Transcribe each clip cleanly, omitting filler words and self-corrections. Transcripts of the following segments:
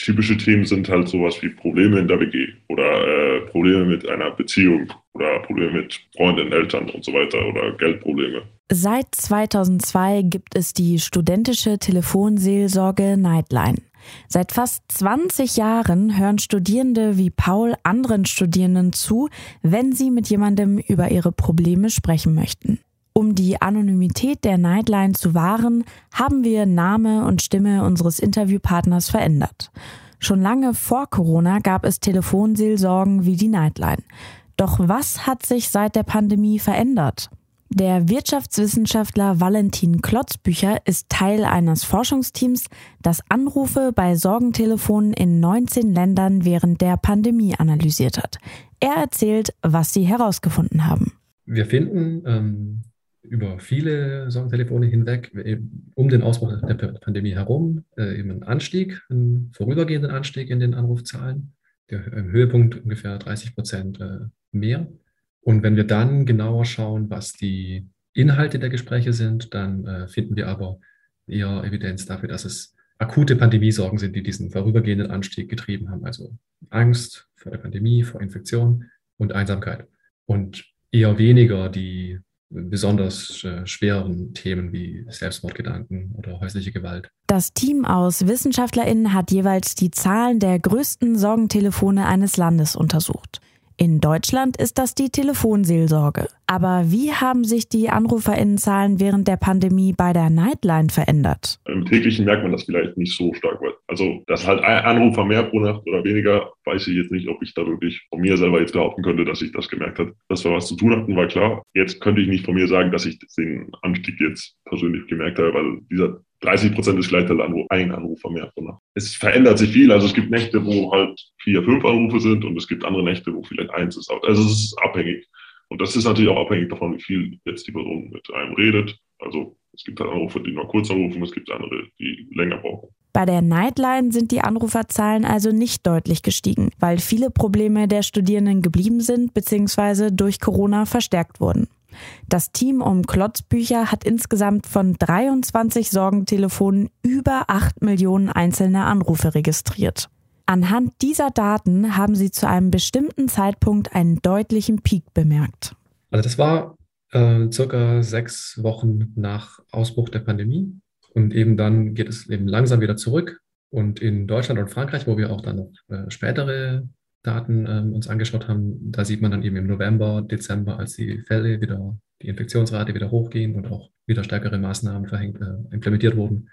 typische Themen sind halt sowas wie Probleme in der WG oder Probleme mit einer Beziehung oder Probleme mit Freunden, Eltern und so weiter oder Geldprobleme. Seit 2002 gibt es die studentische Telefonseelsorge Nightline. Seit fast 20 Jahren hören Studierende wie Paul anderen Studierenden zu, wenn sie mit jemandem über ihre Probleme sprechen möchten. Um die Anonymität der Nightline zu wahren, haben wir Name und Stimme unseres Interviewpartners verändert. Schon lange vor Corona gab es Telefonseelsorgen wie die Nightline. Doch was hat sich seit der Pandemie verändert? Der Wirtschaftswissenschaftler Valentin Klotzbücher ist Teil eines Forschungsteams, das Anrufe bei Sorgentelefonen in 19 Ländern während der Pandemie analysiert hat. Er erzählt, was sie herausgefunden haben. Wir finden über viele Sorgentelefone hinweg, um den Ausbruch der Pandemie herum, eben einen vorübergehenden Anstieg in den Anrufzahlen. Im Höhepunkt ungefähr 30% mehr. Und wenn wir dann genauer schauen, was die Inhalte der Gespräche sind, dann finden wir aber eher Evidenz dafür, dass es akute Pandemiesorgen sind, die diesen vorübergehenden Anstieg getrieben haben. Also Angst vor der Pandemie, vor Infektion und Einsamkeit. Und eher weniger die besonders schweren Themen wie Selbstmordgedanken oder häusliche Gewalt. Das Team aus WissenschaftlerInnen hat jeweils die Zahlen der größten Sorgentelefone eines Landes untersucht. In Deutschland ist das die Telefonseelsorge. Aber wie haben sich die AnruferInnenzahlen während der Pandemie bei der Nightline verändert? Im täglichen merkt man das vielleicht nicht so stark. Also, dass halt ein Anrufer mehr pro Nacht oder weniger, weiß ich jetzt nicht, ob ich da wirklich von mir selber jetzt behaupten könnte, dass ich das gemerkt habe. Dass wir was zu tun hatten, war klar. Jetzt könnte ich nicht von mir sagen, dass ich den Anstieg jetzt persönlich gemerkt habe, weil dieser 30% ist gleich ein Anrufer mehr pro Nacht. Es verändert sich viel. Also es gibt Nächte, wo halt 4, 5 Anrufe sind und es gibt andere Nächte, wo vielleicht 1 ist. Also es ist abhängig. Und das ist natürlich auch abhängig davon, wie viel jetzt die Person mit einem redet. Also es gibt halt Anrufe, die nur kurz anrufen, es gibt andere, die länger brauchen. Bei der Nightline sind die Anruferzahlen also nicht deutlich gestiegen, weil viele Probleme der Studierenden geblieben sind bzw. durch Corona verstärkt wurden. Das Team um Klotzbücher hat insgesamt von 23 Sorgentelefonen über 8 Millionen einzelne Anrufe registriert. Anhand dieser Daten haben sie zu einem bestimmten Zeitpunkt einen deutlichen Peak bemerkt. Also das war circa 6 Wochen nach Ausbruch der Pandemie und eben dann geht es eben langsam wieder zurück. Und in Deutschland und Frankreich, wo wir auch dann noch spätere Daten uns angeschaut haben, da sieht man dann eben im November, Dezember, als die Infektionsrate wieder hochgehen und auch wieder stärkere Maßnahmen implementiert wurden,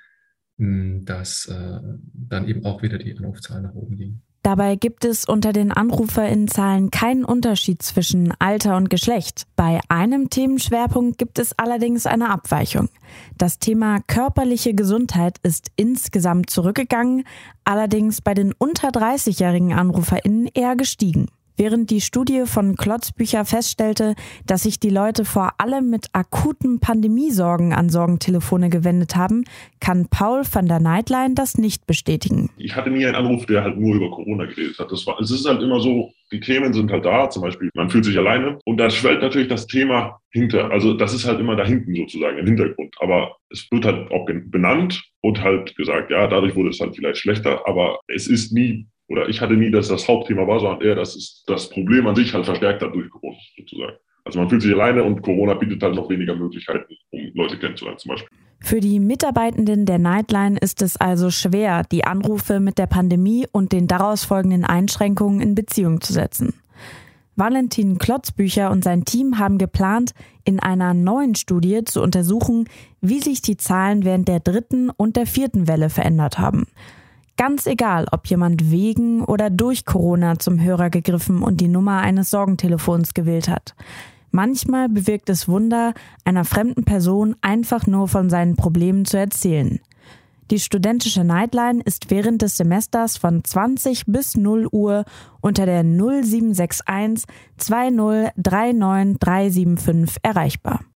dass dann eben auch wieder die Anrufzahlen nach oben gingen. Dabei gibt es unter den AnruferInnenzahlen keinen Unterschied zwischen Alter und Geschlecht. Bei einem Themenschwerpunkt gibt es allerdings eine Abweichung. Das Thema körperliche Gesundheit ist insgesamt zurückgegangen, allerdings bei den unter 30-jährigen AnruferInnen eher gestiegen. Während die Studie von Klotzbücher feststellte, dass sich die Leute vor allem mit akuten Pandemiesorgen an Sorgentelefone gewendet haben, kann Paul von der Nightline das nicht bestätigen. Ich hatte nie einen Anruf, der halt nur über Corona geredet hat. Es ist halt immer so, die Themen sind halt da, zum Beispiel, man fühlt sich alleine und da schwellt natürlich das Thema hinter. Also das ist halt immer da hinten sozusagen, im Hintergrund. Aber es wird halt auch benannt und halt gesagt, ja, dadurch wurde es halt vielleicht schlechter, aber es ist nie, oder ich hatte nie, dass das Hauptthema war, sondern eher, dass es das Problem an sich halt verstärkt hat durch Corona sozusagen. Also man fühlt sich alleine und Corona bietet halt noch weniger Möglichkeiten, um Leute kennenzulernen zum Beispiel. Für die Mitarbeitenden der Nightline ist es also schwer, die Anrufe mit der Pandemie und den daraus folgenden Einschränkungen in Beziehung zu setzen. Valentin Klotzbücher und sein Team haben geplant, in einer neuen Studie zu untersuchen, wie sich die Zahlen während der 3. und der 4. Welle verändert haben. Ganz egal, ob jemand wegen oder durch Corona zum Hörer gegriffen und die Nummer eines Sorgentelefons gewählt hat. Manchmal bewirkt es Wunder, einer fremden Person einfach nur von seinen Problemen zu erzählen. Die studentische Nightline ist während des Semesters von 20 bis 0 Uhr unter der 0761 20 39 375 erreichbar.